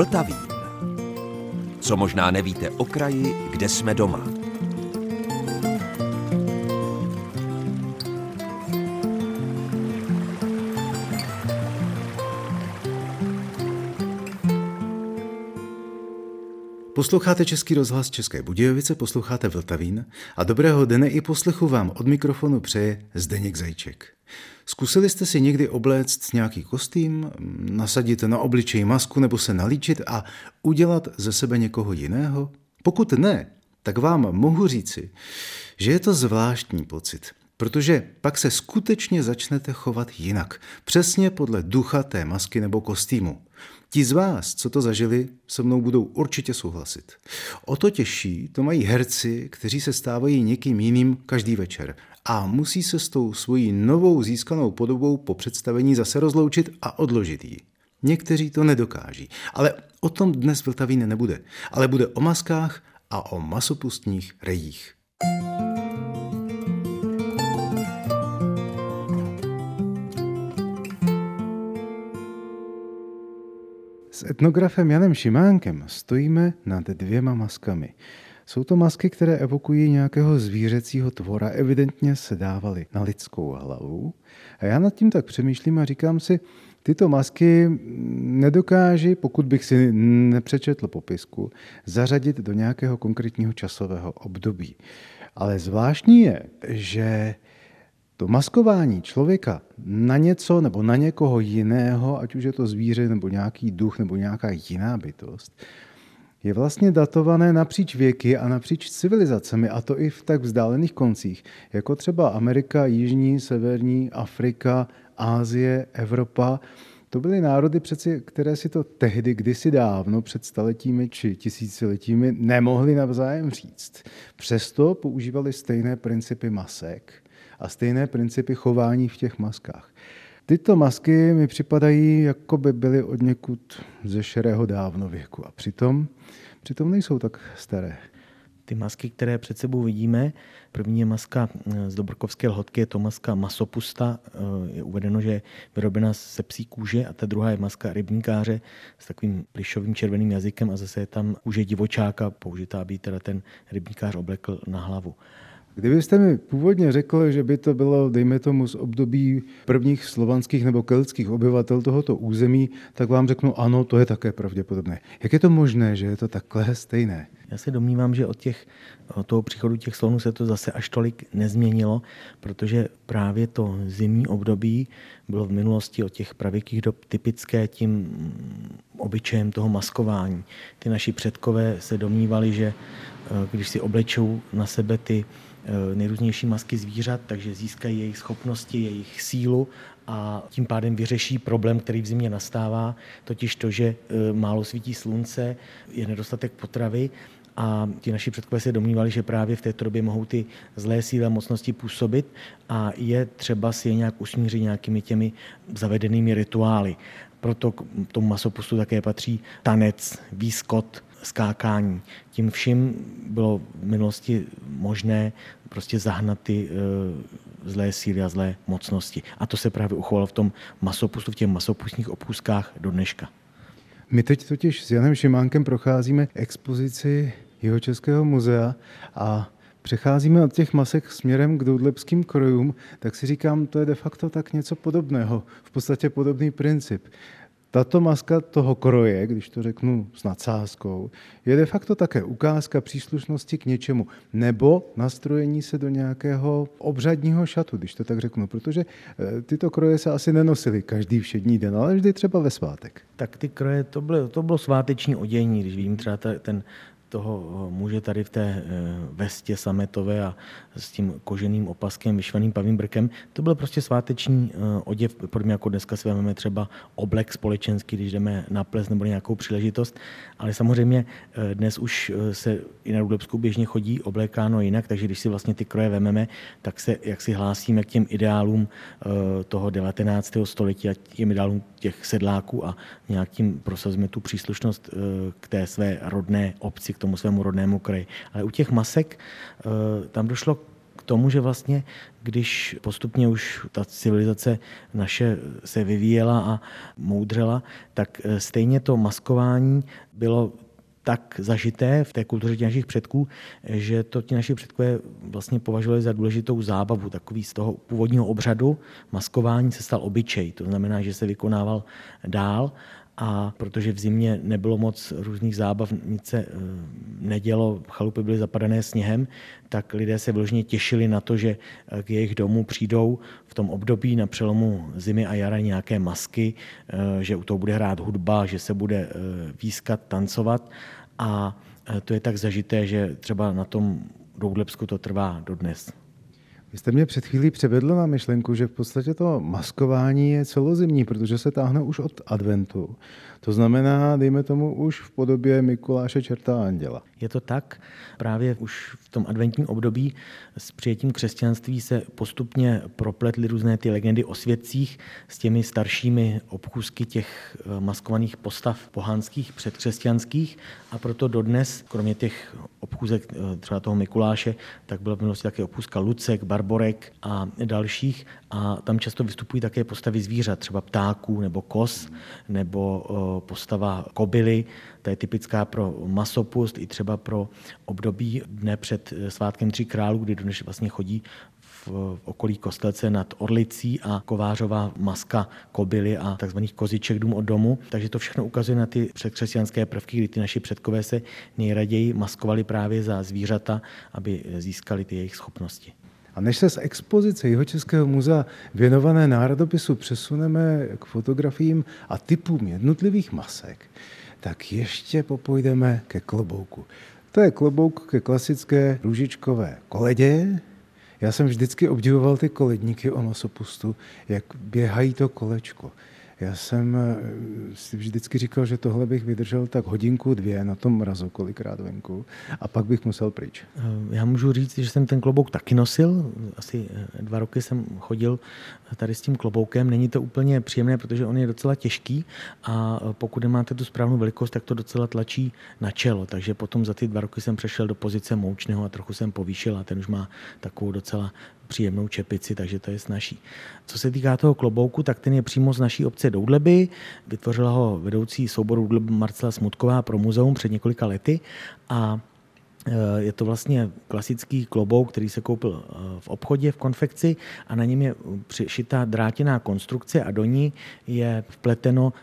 Vltavín. Co možná nevíte o kraji, kde jsme doma. Posloucháte Český rozhlas České Budějovice, posloucháte Vltavín a dobrého dne i poslechu vám od mikrofonu přeje Zdeněk Zajíček. Zkusili jste si někdy obléct nějaký kostým, nasadit na obličej masku nebo se nalíčit a udělat ze sebe někoho jiného? Pokud ne, tak vám mohu říci, že je to zvláštní pocit, protože pak se skutečně začnete chovat jinak, přesně podle ducha té masky nebo kostýmu. Ti z vás, co to zažili, se mnou budou určitě souhlasit. O to těžší to mají herci, kteří se stávají někým jiným každý večer a musí se s tou svojí novou získanou podobou po představení zase rozloučit a odložit ji. Někteří to nedokáží, ale o tom dnes Vltavín nebude, ale bude o maskách a o masopustních rejích. S etnografem Janem Šimánkem stojíme nad dvěma maskami. Jsou to masky, které evokují nějakého zvířecího tvora, evidentně se dávaly na lidskou hlavu. A já nad tím tak přemýšlím a říkám si, tyto masky nedokáži, pokud bych si nepřečetl popisku, zařadit do nějakého konkrétního časového období. Ale zvláštní je, že to maskování člověka na něco nebo na někoho jiného, ať už je to zvíře nebo nějaký duch nebo nějaká jiná bytost, je vlastně datované napříč věky a napříč civilizacemi, a to i v tak vzdálených koncích, jako třeba Amerika, Jižní, Severní, Afrika, Asie, Evropa. To byly národy přeci, které si to tehdy, kdysi dávno, před staletími či tisíciletími, nemohli navzájem říct. Přesto používali stejné principy masek a stejné principy chování v těch maskách. Tyto masky mi připadají, jako by byly od někud ze šerého dávnověku a přitom nejsou tak staré. Ty masky, které před sebou vidíme, první je maska z Dobrkovské lhotky, je to maska masopusta, je uvedeno, že je vyrobena ze psí kůže, a ta druhá je maska rybníkáře s takovým plišovým červeným jazykem a zase je tam kůže divočáka použitá, aby teda ten rybníkář oblekl na hlavu. Kdybyste mi původně řekl, že by to bylo, dejme tomu, z období prvních slovanských nebo keltských obyvatel tohoto území, tak vám řeknu ano, to je také pravděpodobné. Jak je to možné, že je to takhle stejné? Já se domnívám, že od toho příchodu těch slonů se to zase až tolik nezměnilo, protože právě to zimní období bylo v minulosti od těch pravěkých dob typické tím obyčejem toho maskování. Ty naši předkové se domnívali, že když si oblečou na sebe ty nejrůznější masky zvířat, takže získají jejich schopnosti, jejich sílu a tím pádem vyřeší problém, který v zimě nastává, totiž to, že málo svítí slunce, je nedostatek potravy a ti naši předkové se domnívali, že právě v této době mohou ty zlé síly a mocnosti působit a je třeba si je nějak usmířit nějakými těmi zavedenými rituály. Proto k tomu masopustu také patří tanec, výskot, skákání. Tím vším bylo v minulosti možné prostě zahnat ty zlé síly a zlé mocnosti. A to se právě uchovalo v tom masopustu, v těch masopustních opůzkách do dneška. My teď totiž s Janem Šimánkem procházíme expozici Jihočeského muzea a přecházíme od těch masek směrem k doudlebským krojům, tak si říkám, to je de facto tak něco podobného, v podstatě podobný princip. Tato maska toho kroje, když to řeknu s nadsázkou, je de facto také ukázka příslušnosti k něčemu nebo nastrojení se do nějakého obřadního šatu, když to tak řeknu, protože tyto kroje se asi nenosily každý všední den, ale vždy třeba ve svátek. Tak ty kroje, to bylo sváteční odění, když vidím třeba toho muže tady v té vestě sametové a s tím koženým opaskem, vyšvaným pavým brkem. To byl prostě sváteční oděv, podobně jako dneska si vezmeme třeba oblek společenský, když jdeme na ples nebo nějakou příležitost. Ale samozřejmě dnes už se i na Rudolebskou běžně chodí oblékáno jinak, takže když si vlastně ty kroje vememe, tak se jak si hlásíme k těm ideálům toho 19. století a těm ideálům těch sedláků a nějak tím prosazujeme tu příslušnost k té své rodné obci, k tomu svému rodnému kraji. Ale u těch masek tam došlo k tomu, že vlastně, když postupně už ta civilizace naše se vyvíjela a moudřela, tak stejně to maskování bylo tak zažité v té kultuře těch našich předků, že to ti naši předkové vlastně považovali za důležitou zábavu. Takový z toho původního obřadu maskování se stal obyčej. To znamená, že se vykonával dál, a protože v zimě nebylo moc různých zábav, nic se nedělo, chalupy byly zapadané sněhem, tak lidé se vyloženě těšili na to, že k jejich domu přijdou v tom období na přelomu zimy a jara nějaké masky, že u toho bude hrát hudba, že se bude pískat, tancovat, a to je tak zažité, že třeba na tom Doudlebsku to trvá dodnes. Vy jste mě před chvílí převedl na myšlenku, že v podstatě to maskování je celozimní, protože se táhne už od adventu. To znamená, dejme tomu, už v podobě Mikuláše, čerta a anděla. Je to tak. Právě už v tom adventním období s přijetím křesťanství se postupně propletly různé ty legendy o světcích s těmi staršími obchůzky těch maskovaných postav pohanských, předkřesťanských, a proto dodnes, kromě těch obchůzek třeba toho Mikuláše, tak byla v minulosti také obchůzka Lucek, Barborek a dalších, a tam často vystupují také postavy zvířat, třeba ptáků nebo koz, nebo postava kobily. Ta je typická pro masopust i třeba pro období dne před svátkem Tří králů, kdy dnes vlastně chodí v okolí Kostelce nad Orlicí a kovářová maska kobily a takzvaných koziček dům od domu. Takže to všechno ukazuje na ty předkřesťanské prvky, kdy ty naši předkové se nejraději maskovali právě za zvířata, aby získali ty jejich schopnosti. A než se z expozice Jihočeského muzea věnované národopisu přesuneme k fotografiím a typům jednotlivých masek, tak ještě popojdeme ke klobouku. To je klobouk ke klasické růžičkové koledě. Já jsem vždycky obdivoval ty koledníky o masopustu, jak běhají to kolečko. Já jsem si vždycky říkal, že tohle bych vydržel tak hodinku, dvě na tom mrazu kolikrát venku a pak bych musel pryč. Já můžu říct, že jsem ten klobouk taky nosil. Asi 2 roky jsem chodil tady s tím kloboukem. Není to úplně příjemné, protože on je docela těžký, a pokud nemáte tu správnou velikost, tak to docela tlačí na čelo. Takže potom za ty 2 roky jsem přešel do pozice moučného a trochu jsem povýšil, a ten už má takovou docela příjemnou čepici, takže to je snazší. Co se týká toho klobouku, tak ten je přímo z naší obce Doudleby. Vytvořila ho vedoucí souboru Doudleby Marcela Smutková pro muzeum před několika lety, a je to vlastně klasický klobouk, který se koupil v obchodě v konfekci, a na něm je přišitá drátěná konstrukce a do ní je vpleteno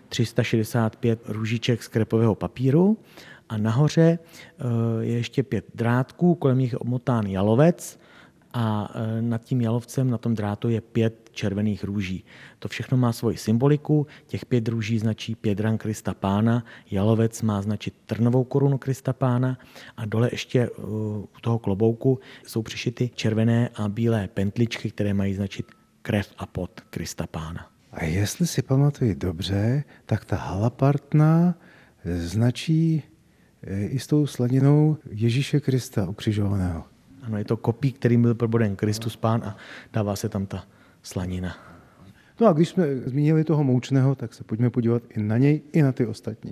365 růžiček z krepového papíru, a nahoře je ještě 5 drátků, kolem nich je obmotán jalovec, a nad tím jalovcem, na tom drátu, je 5 červených růží. To všechno má svoji symboliku. Těch 5 růží značí 5 ran Krista Pána, jalovec má značit trnovou korunu Krista Pána, a dole ještě u toho klobouku jsou přišity červené a bílé pentličky, které mají značit krev a pot Krista Pána. A jestli si pamatuji dobře, tak ta halapartna značí i s tou slaninou Ježíše Krista ukřižovaného. Ano, je to kopí, kterým byl proboden Kristus Pán, a dává se tam ta slanina. No a když jsme zmínili toho moučného, tak se pojďme podívat i na něj, i na ty ostatní.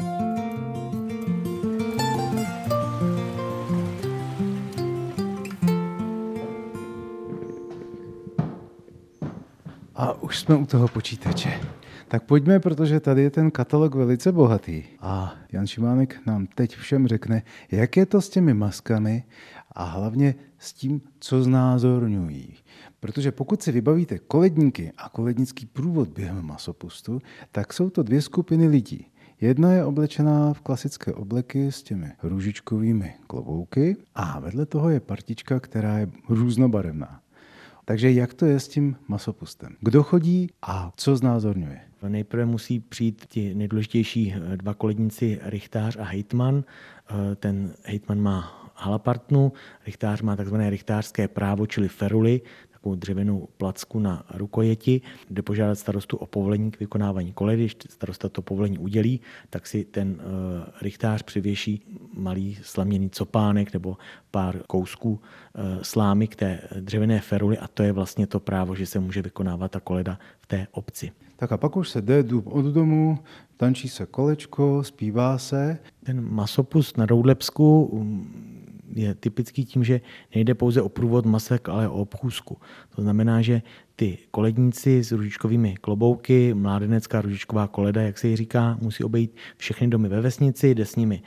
A už jsme u toho počítače. Tak pojďme, protože tady je ten katalog velice bohatý. A Jan Šimánek nám teď všem řekne, jak je to s těmi maskami a hlavně s tím, co znázorňují. Protože pokud si vybavíte koledníky a kolednický průvod během masopustu, tak jsou to 2 skupiny lidí. Jedna je oblečená v klasické obleky s těmi růžičkovými klobouky a vedle toho je partička, která je různobarevná. Takže jak to je s tím masopustem? Kdo chodí a co znázorňuje? Nejprve musí přijít ti nejdůležitější 2 koledníci, rychtář a hejtman. Ten hejtman má halapartnu, rychtář má takzvané rychtářské právo, čili feruli, takovou dřevěnou placku na rukojeti, kde požádat starostu o povolení k vykonávání koledy. Když starosta to povolení udělí, tak si ten rychtář přivěší malý slaměný copánek nebo pár kousků slámy k té dřevěné feruli, a to je vlastně to právo, že se může vykonávat ta koleda v té obci. Tak a pak už se jde dům od domu, tančí se kolečko, zpívá se. Ten masopust na Doudlebsku je typický tím, že nejde pouze o průvod masek, ale o obchůzku. To znamená, že ty koledníci s ružičkovými klobouky, mládenecká ružičková koleda, jak se jí říká, musí obejít všechny domy ve vesnici, jde s nimi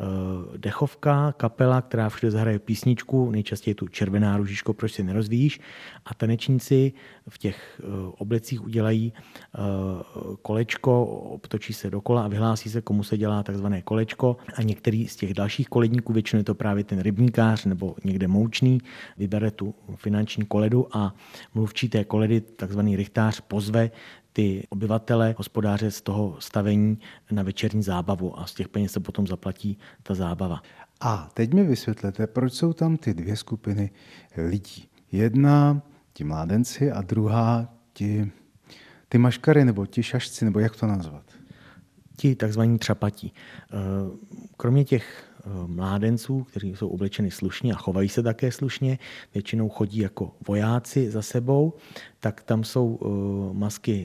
dechovka, kapela, která všude zahraje písničku, nejčastěji tu Červená ružičko, proč se nerozvíjíš, a tanečníci v těch oblecích udělají kolečko, obtočí se dokola a vyhlásí se, komu se dělá takzvané kolečko, a některý z těch dalších koledníků, většinou je to právě ten rybníkář nebo někde moučný, vybere tu finanční koledu a mluvčí té koledy, takzvaný rychtář, pozve ty obyvatele, hospodáře z toho stavení na večerní zábavu a z těch peněz se potom zaplatí ta zábava. A teď mi vysvětlete, proč jsou tam ty dvě skupiny lidí. Jedna, ti mládenci, a druhá, ty maškary, nebo ti šašci, nebo jak to nazvat? Ti takzvaní třapatí. Kromě těch mládenců, kteří jsou oblečeni slušně a chovají se také slušně, většinou chodí jako vojáci za sebou, tak tam jsou masky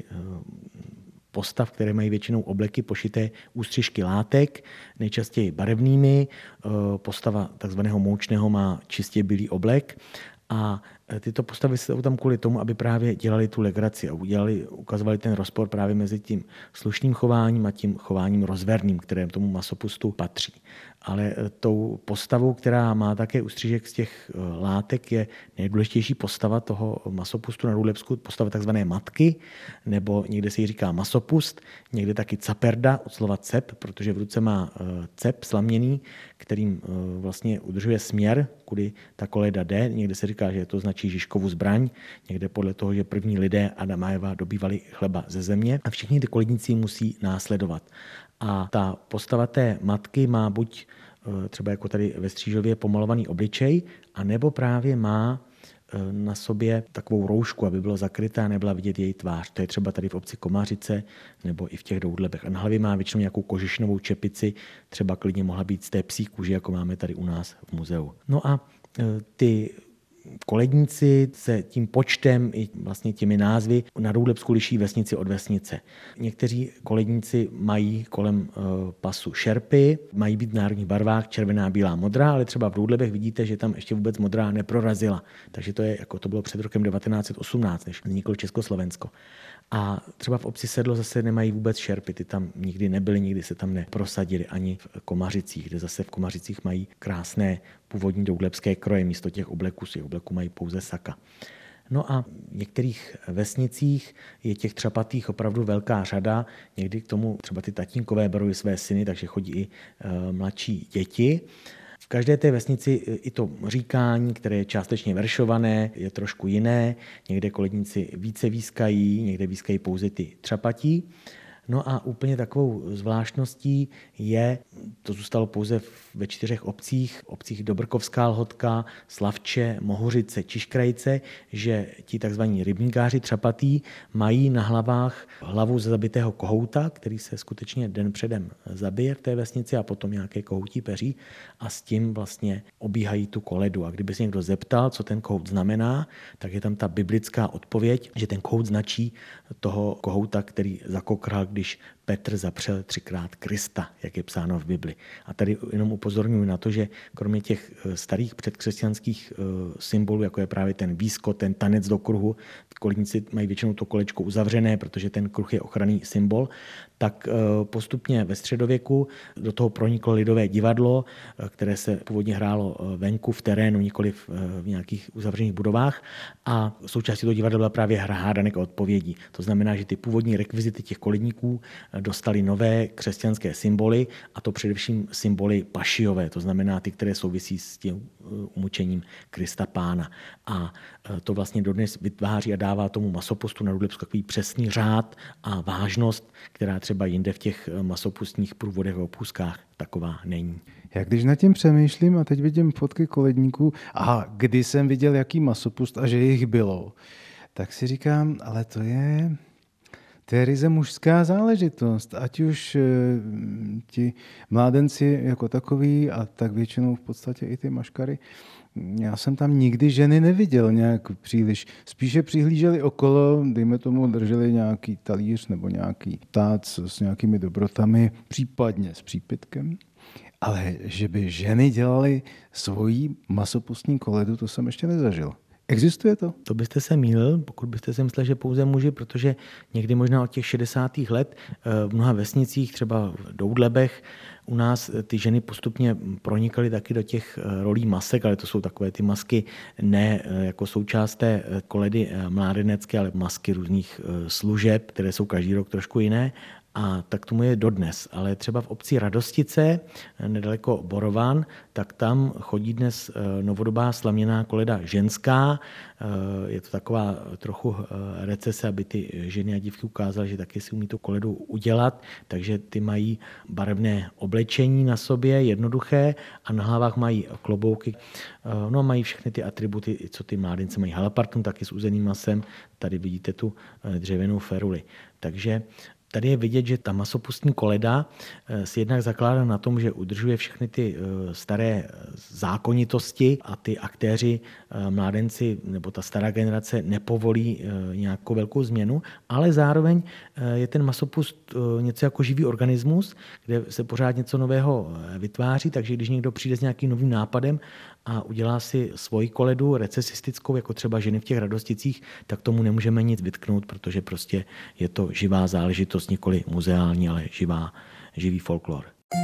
postav, které mají většinou obleky pošité ústřižky látek, nejčastěji barevnými. Postava takzvaného moučného má čistě bílý oblek a tyto postavy jsou tam kvůli tomu, aby právě dělali tu legraci a ukazovali ten rozpor právě mezi tím slušným chováním a tím chováním rozverným, které tomu masopustu patří. Ale tou postavou, která má také ústřižek z těch látek, je nejdůležitější postava toho masopustu na Rudlebsku, postava takzvané matky, nebo někde se jí říká masopust, někde taky caperda, od slova cep, protože v ruce má cep slaměný, kterým vlastně udržuje směr, kudy ta koleda jde. Někde se říká, že to značí Žižkovu zbraň, někde podle toho, že první lidé Adama a Eva dobývali chleba ze země a všichni ty koledníci musí následovat. A ta postava té matky má buď třeba jako tady ve Střížově pomalovaný obličej, anebo právě má na sobě takovou roušku, aby bylo zakrytá a nebyla vidět její tvář. To je třeba tady v obci Komářice nebo i v těch Doudlebech. A na hlavě má většinou nějakou kožešinovou čepici, třeba klidně mohla být z té psí kůže, jako máme tady u nás v muzeu. No a ty koledníci se tím počtem i vlastně těmi názvy na Rudlebsku liší vesnici od vesnice. Někteří koledníci mají kolem pasu šerpy, mají být v národních barvách červená, bílá, modrá, ale třeba v Rudlebech vidíte, že tam ještě vůbec modrá neprorazila. Takže to je, jako to bylo před rokem 1918, než vzniklo Československo. A třeba v obci Sedlo zase nemají vůbec šerpy, ty tam nikdy nebyly, nikdy se tam neprosadili, ani v Komařicích, kde zase v Komařicích mají krásné původní doudlebské kroje, místo těch obleků, z těch obleků mají pouze saka. No a v některých vesnicích je těch třapatých opravdu velká řada, někdy k tomu třeba ty tatínkové berou své syny, takže chodí i mladší děti. V každé té vesnici i to říkání, které je částečně veršované, je trošku jiné. Někde koledníci více výskají, někde výskají pouze ty třapatí. No a úplně takovou zvláštností je, to zůstalo pouze ve 4 obcích Dobrkovská Lhotka, Slavče, Mohořice, Čiškrajce, že ti takzvaní rybníkáři třapatí mají na hlavách hlavu ze zabitého kohouta, který se skutečně den předem zabije v té vesnici a potom nějaké kohoutí peří a s tím vlastně obíhají tu koledu. A kdyby se někdo zeptal, co ten kohout znamená, tak je tam ta biblická odpověď, že ten kohout značí toho kohouta, který zakokral, když Petr zapřel 3krát Krista, jak je psáno v Bibli. A tady jenom upozorňuji na to, že kromě těch starých předkřesťanských symbolů, jako je právě ten výskot, ten tanec do kruhu, koledníci mají většinou to kolečko uzavřené, protože ten kruh je ochranný symbol, tak postupně ve středověku do toho proniklo lidové divadlo, které se původně hrálo venku v terénu, nikoli v nějakých uzavřených budovách, a součástí toho divadla byla právě hra hádanek a odpovědí. To znamená, že ty původní rekvizity těch koledníků dostali nové křesťanské symboly, a to především symboly pašiové, to znamená ty, které souvisí s tím umučením Krista Pána. A to vlastně dodnes vytváří a dává tomu masopustu na Rudlebsku takový přesný řád a vážnost, která třeba jinde v těch masopustních průvodech a opůzkách taková není. Já když nad tím přemýšlím a teď vidím fotky koledníků a kdy jsem viděl, jaký masopust a že jich bylo, tak si říkám, ale to je ryze mužská záležitost. Ať už ti mládenci jako takový a tak většinou v podstatě i ty maškary. Já jsem tam nikdy ženy neviděl nějak příliš. Spíše přihlíželi okolo, dejme tomu, drželi nějaký talíř nebo nějaký tác s nějakými dobrotami, případně s přípitkem. Ale že by ženy dělaly svoji masopustní koledu, to jsem ještě nezažil. Existuje to? To byste se mýlil, pokud byste si myslel, že pouze muži, protože někdy možná od těch 60. let v mnoha vesnicích, třeba v Doudlebech, u nás ty ženy postupně pronikaly taky do těch rolí masek, ale to jsou takové ty masky ne jako součást té koledy mládenecké, ale masky různých služeb, které jsou každý rok trošku jiné. A tak tomu je dodnes. Ale třeba v obci Radostice, nedaleko Borovan, tak tam chodí dnes novodobá slaměná koleda ženská. Je to taková trochu recese, aby ty ženy a dívky ukázaly, že taky si umí tu koledu udělat. Takže ty mají barevné oblečení na sobě, jednoduché, a na hlavách mají klobouky. No, mají všechny ty atributy, co ty mládenci mají. Halapartum taky s uzeným masem. Tady vidíte tu dřevěnou feruli. Takže tady je vidět, že ta masopustní koleda si jednak zakládá na tom, že udržuje všechny ty staré zákonitosti a ty aktéři, mládenci nebo ta stará generace nepovolí nějakou velkou změnu, ale zároveň je ten masopust něco jako živý organismus, kde se pořád něco nového vytváří, takže když někdo přijde s nějakým novým nápadem a udělá si svoji koledu recesistickou, jako třeba ženy v těch Radosticích, tak tomu nemůžeme nic vytknout, protože prostě je to živá záležitost, nikoli muzeální, ale živý folklor.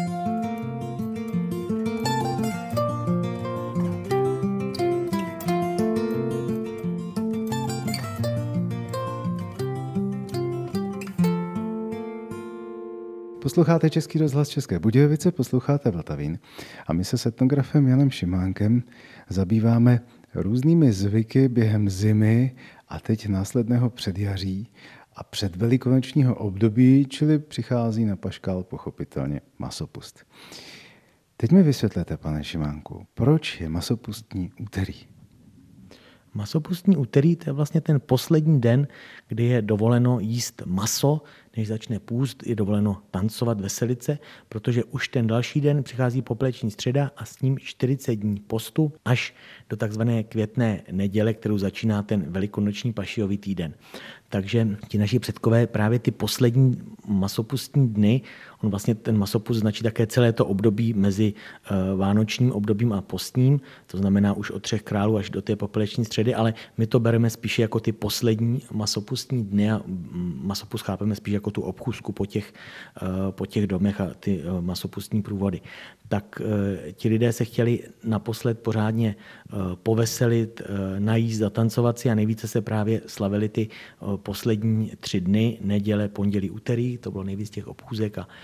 Posloucháte Český rozhlas České Budějovice, posloucháte Vltavín a my se s etnografem Janem Šimánkem zabýváme různými zvyky během zimy a teď následného předjaří a předvelikonočního období, čili přichází na paškál pochopitelně masopust. Teď mi vysvětlete, pane Šimánku, proč je masopustní úterý? Masopustní úterý, to je vlastně ten poslední den, kdy je dovoleno jíst maso, než začne půst, je dovoleno tancovat, veselit se, protože už ten další den přichází popeleční středa a s ním 40 dní postu až do takzvané květné neděle, kterou začíná ten velikonoční pašijový týden. Takže ti naši předkové právě ty poslední masopustní dny, on vlastně ten masopust značí také celé to období mezi vánočním obdobím a postním, to znamená už od 3 králů až do té popeleční středy, ale my to bereme spíše jako ty poslední masopustní dny a masopust chápeme spíš jako tu obchůzku po těch domech a ty masopustní průvody. Tak ti lidé se chtěli naposled pořádně poveselit, najíst, zatancovat si a nejvíce se právě slavili ty poslední 3 dny, neděle, pondělí, úterý, to bylo nejvíc těch obchůzek a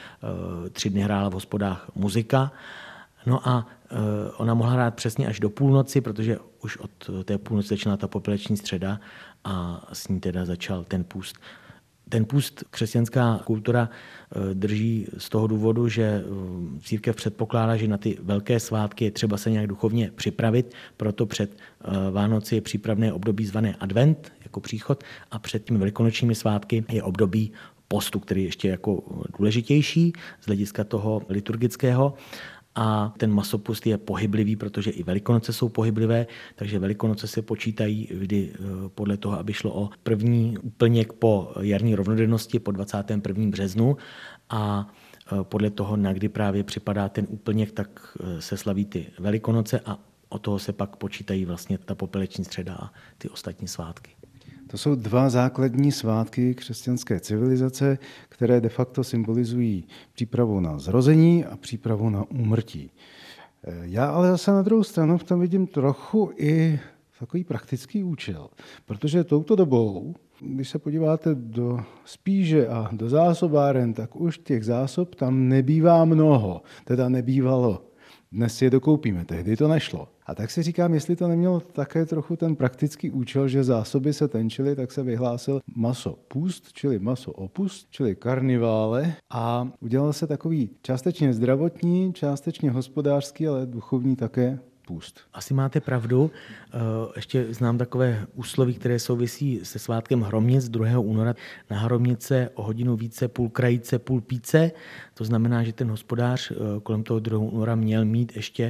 3 dny hrála v hospodách muzika. No a ona mohla hrát přesně až do půlnoci, protože už od té půlnoci začala ta popeleční středa a s ní teda začal ten půst. Ten půst křesťanská kultura drží z toho důvodu, že církev předpokládá, že na ty velké svátky je třeba se nějak duchovně připravit, proto před Vánoci je přípravné období zvané advent, jako příchod, a před těmi velikonočními svátky je období postu, který je ještě jako důležitější z hlediska toho liturgického. A ten masopust je pohyblivý, protože i Velikonoce jsou pohyblivé, takže Velikonoce se počítají vždy podle toho, aby šlo o první úplněk po jarní rovnodennosti po 21. březnu a podle toho, na kdy právě připadá ten úplněk, tak se slaví ty Velikonoce a od toho se pak počítají vlastně ta popeleční středa a ty ostatní svátky. To jsou 2 základní svátky křesťanské civilizace, které de facto symbolizují přípravu na zrození a přípravu na úmrtí. Já ale zase na druhou stranu v tom vidím trochu i takový praktický účel, protože touto dobou, když se podíváte do spíže a do zásobáren, tak už těch zásob tam nebývá mnoho, teda nebývalo. Dnes si je dokoupíme, tehdy to nešlo. A tak si říkám, jestli to nemělo také trochu ten praktický účel, že zásoby se tenčily, tak se vyhlásil maso půst, čili maso opust, čili karnivále a udělal se takový částečně zdravotní, částečně hospodářský, ale duchovní také půst. Asi máte pravdu. Ještě znám takové úsloví, které souvisí se svátkem Hromnic 2. února. Na Hromnice o hodinu více, půl krajíce, půl píce. To znamená, že ten hospodář kolem toho 2. února měl mít ještě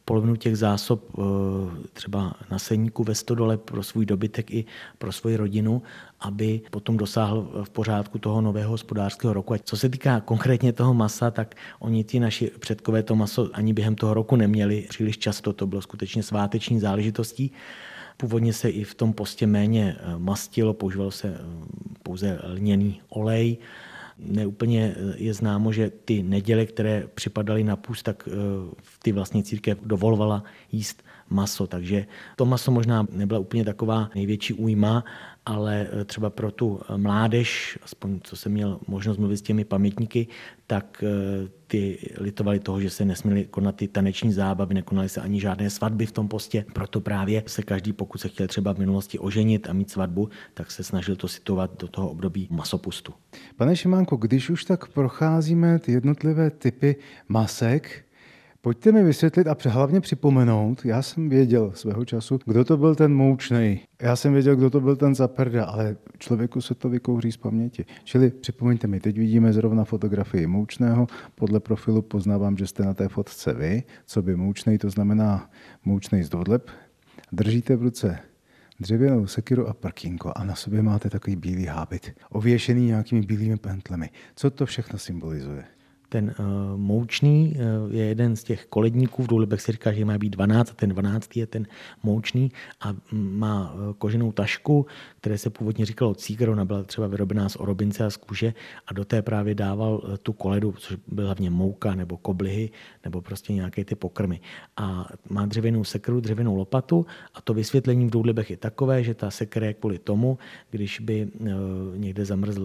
polovinu těch zásob třeba nasedníků ve stodole pro svůj dobytek i pro svoji rodinu, aby potom dosáhl v pořádku toho nového hospodářského roku. A co se týká konkrétně toho masa, tak oni ti naši předkové to maso ani během toho roku neměli příliš často, to bylo skutečně sváteční záležitostí. Původně se i v tom postě méně mastilo, používalo se pouze lněný olej. Neúplně je známo, že ty neděle, které připadaly na půst, tak ty vlastně církev dovolovala jíst maso. Takže to maso možná nebyla úplně taková největší újma, ale třeba pro tu mládež, aspoň co jsem měl možnost mluvit s těmi pamětníky, tak ty litovali toho, že se nesměly konat ty taneční zábavy, nekonaly se ani žádné svatby v tom postě. Proto právě se každý, pokud se chtěl třeba v minulosti oženit a mít svatbu, tak se snažil to situovat do toho období masopustu. Pane Šimánko, když už tak procházíme ty jednotlivé typy masek, pojďte mi vysvětlit a hlavně připomenout, já jsem věděl svého času, kdo to byl ten moučnej. Já jsem věděl, kdo to byl ten zaperda, ale člověku se to vykouří z paměti. Čili připomeňte mi, teď vidíme zrovna fotografii moučného, podle profilu poznávám, že jste na té fotce vy, co by moučnej, to znamená moučnej z Dodleb. Držíte v ruce dřevěnou sekiru a prkínko a na sobě máte takový bílý hábit, ověšený nějakými bílými pentlemi. Co to všechno symbolizuje? Ten moučný je jeden z těch koledníků, v Doudlebech se říká, že má být 12 a ten 12. je ten moučný a má koženou tašku, které se původně říkalo cíger, ona byla třeba vyrobená z orobince a z kůže a do té právě dával tu koledu, což byla hlavně mouka nebo koblihy nebo prostě nějaké ty pokrmy. A má dřevěnou sekeru, dřevěnou lopatu a to vysvětlení v Doudlebech je takové, že ta sekera je kvůli tomu, když by někde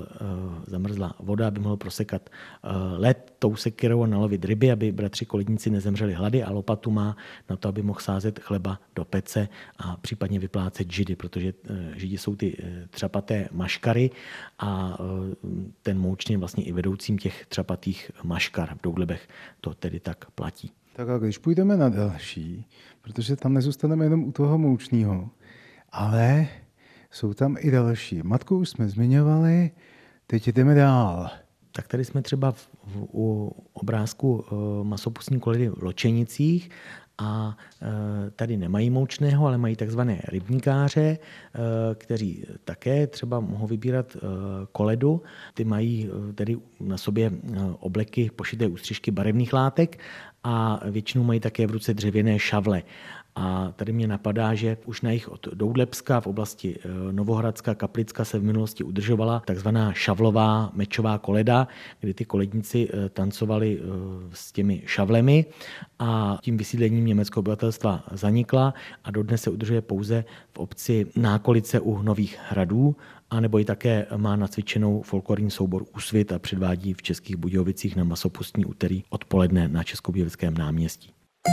zamrzla voda, aby mohl prosekat led tou sekirou a nalovit ryby, aby bratři koledníci nezemřeli hlady a lopatu má na to, aby mohl sázet chleba do pece a případně vyplácet židy, protože židi jsou ty třapaté maškary a ten moučný je vlastně i vedoucím těch třapatých maškar v Doudlebech. To tedy tak platí. Tak a když půjdeme na další, protože tam nezůstaneme jenom u toho moučního, ale jsou tam i další. Matku už jsme zmiňovali, teď jdeme dál. Tak tady jsme třeba u obrázku masopustní koledy v Ločenicích a tady nemají moučného, ale mají takzvané rybníkáře, kteří také třeba mohou vybírat koledu. Ty mají tedy na sobě obleky pošité ústřižky barevných látek a většinou mají také v ruce dřevěné šavle. A tady mě napadá, že už na jih od Doudlebska v oblasti Novohradska, Kaplicka se v minulosti udržovala takzvaná šavlová mečová koleda, kdy ty koledníci tancovali s těmi šavlemi a tím vysídlením německého obyvatelstva zanikla a dodnes se udržuje pouze v obci Nákolice u Nových Hradů, anebo i také má nacvičenou folklorní soubor Úsvit a předvádí v Českých Budějovicích na masopustní úterý odpoledne na Českobudějovickém náměstí.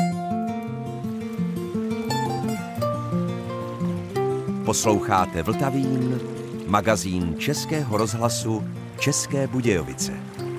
Posloucháte Vltavín, magazín Českého rozhlasu České Budějovice.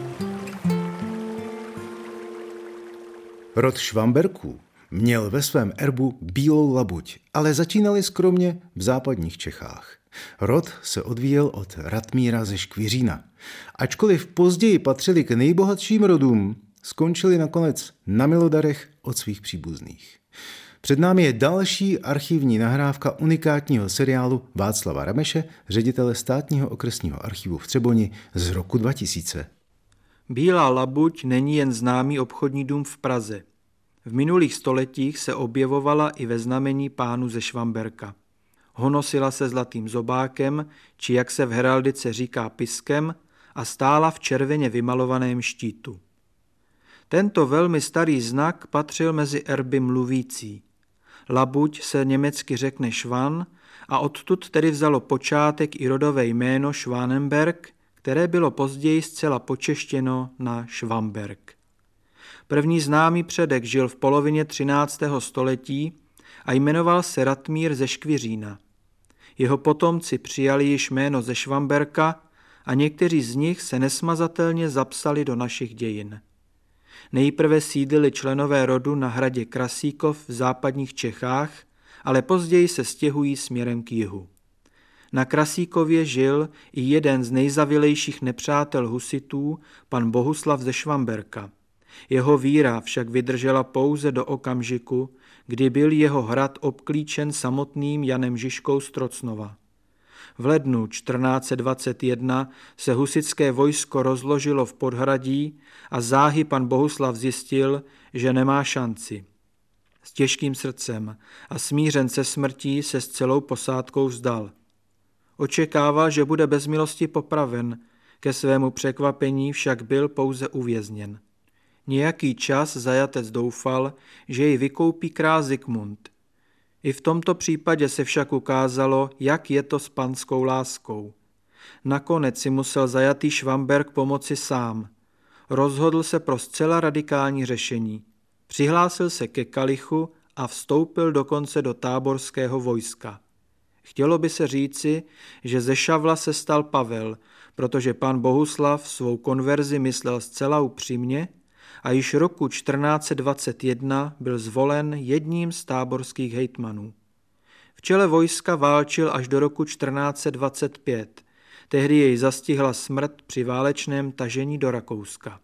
Rod Švamberků měl ve svém erbu bílou labuť, ale začínali skromně v západních Čechách. Rod se odvíjel od Ratmíra ze Škviřína. Ačkoliv později patřili k nejbohatším rodům, skončili nakonec na milodarech od svých příbuzných. Před námi je další archivní nahrávka unikátního seriálu Václava Rameše, ředitele Státního okresního archivu v Třeboni z roku 2000. Bílá labuť není jen známý obchodní dům v Praze. V minulých stoletích se objevovala i ve znamení pánů ze Švamberka. Honosila se zlatým zobákem, či jak se v heraldice říká piskem, a stála v červeně vymalovaném štítu. Tento velmi starý znak patřil mezi erby mluvící. Labuť se německy řekne Schwan a odtud tedy vzalo počátek i rodové jméno Schwanenberg, které bylo později zcela počeštěno na Švamberk. První známý předek žil v polovině 13. století a jmenoval se Ratmír ze Škviřína. Jeho potomci přijali již jméno ze Švamberka a někteří z nich se nesmazatelně zapsali do našich dějin. Nejprve sídlili členové rodu na hradě Krasíkov v západních Čechách, ale později se stěhují směrem k jihu. Na Krasíkově žil i jeden z nejzavilejších nepřátel husitů, pan Bohuslav ze Švamberka. Jeho víra však vydržela pouze do okamžiku, kdy byl jeho hrad obklíčen samotným Janem Žižkou z Trocnova. V lednu 1421 se husitské vojsko rozložilo v podhradí a záhy pan Bohuslav zjistil, že nemá šanci. S těžkým srdcem a smířen se smrtí se s celou posádkou vzdal. Očekával, že bude bez milosti popraven, ke svému překvapení však byl pouze uvězněn. Nějaký čas zajatec doufal, že jej vykoupí král Zikmund. I v tomto případě se však ukázalo, jak je to s panskou láskou. Nakonec si musel zajatý Švamberk pomoci sám. Rozhodl se pro zcela radikální řešení. Přihlásil se ke kalichu a vstoupil dokonce do táborského vojska. Chtělo by se říci, že ze Šavla se stal Pavel, protože pan Bohuslav svou konverzi myslel zcela upřímně a již roku 1421 byl zvolen jedním z táborských hejtmanů. V čele vojska válčil až do roku 1425, tehdy jej zastihla smrt při válečném tažení do Rakouska.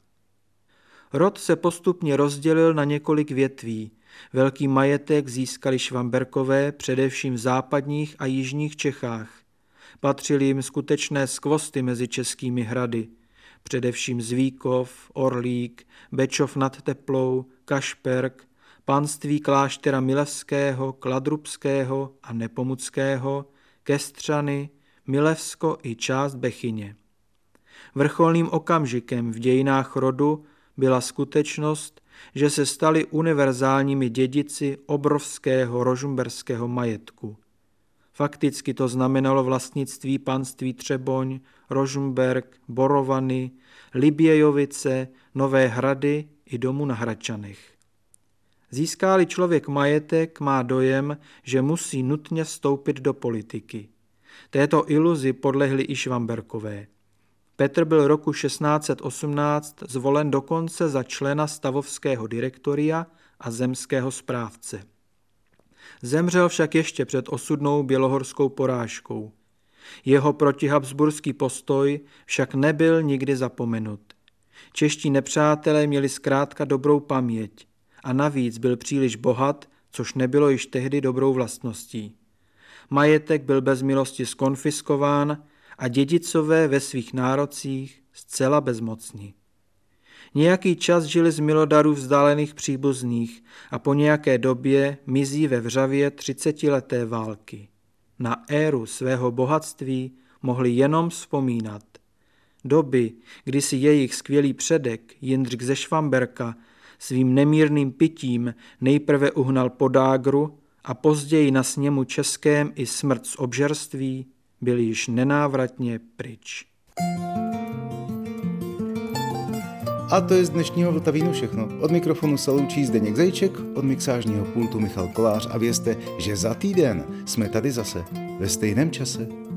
Rod se postupně rozdělil na několik větví. Velký majetek získali Švamberkové především v západních a jižních Čechách. Patřily jim skutečné skvosty mezi českými hrady, především Zvíkov, Orlík, Bečov nad Teplou, Kašperk, panství kláštera Milevského, Kladrubského a Nepomuckého, Kestřany, Milevsko i část Bechyně. Vrcholným okamžikem v dějinách rodu byla skutečnost, že se stali univerzálními dědici obrovského rožmberského majetku. Fakticky to znamenalo vlastnictví panství Třeboň, Rožmberk, Borovany, Libějovice, Nové Hrady i domu na Hradčanech. Získá-li člověk majetek, má dojem, že musí nutně vstoupit do politiky. Této iluzi podlehli i Švamberkové. Petr byl roku 1618 zvolen dokonce za člena stavovského direktoria a zemského správce. Zemřel však ještě před osudnou bělohorskou porážkou. Jeho protihabsburský postoj však nebyl nikdy zapomenut. Čeští nepřátelé měli zkrátka dobrou paměť a navíc byl příliš bohat, což nebylo již tehdy dobrou vlastností. Majetek byl bez milosti zkonfiskován a dědicové ve svých nárocích zcela bezmocní. Nějaký čas žili z milodarů vzdálených příbuzných a po nějaké době mizí ve vřavě 30leté války. Na éru svého bohatství mohli jenom vzpomínat. Doby, kdy si jejich skvělý předek Jindřich ze Švamberka svým nemírným pitím nejprve uhnal podágru a později na sněmu českém i smrt z obžerství, byli již nenávratně pryč. A to je z dnešního Vltavínu všechno. Od mikrofonu se loučí Zdeněk Zajíček, od mixážního pultu Michal Kolář a vězte, že za týden jsme tady zase ve stejném čase.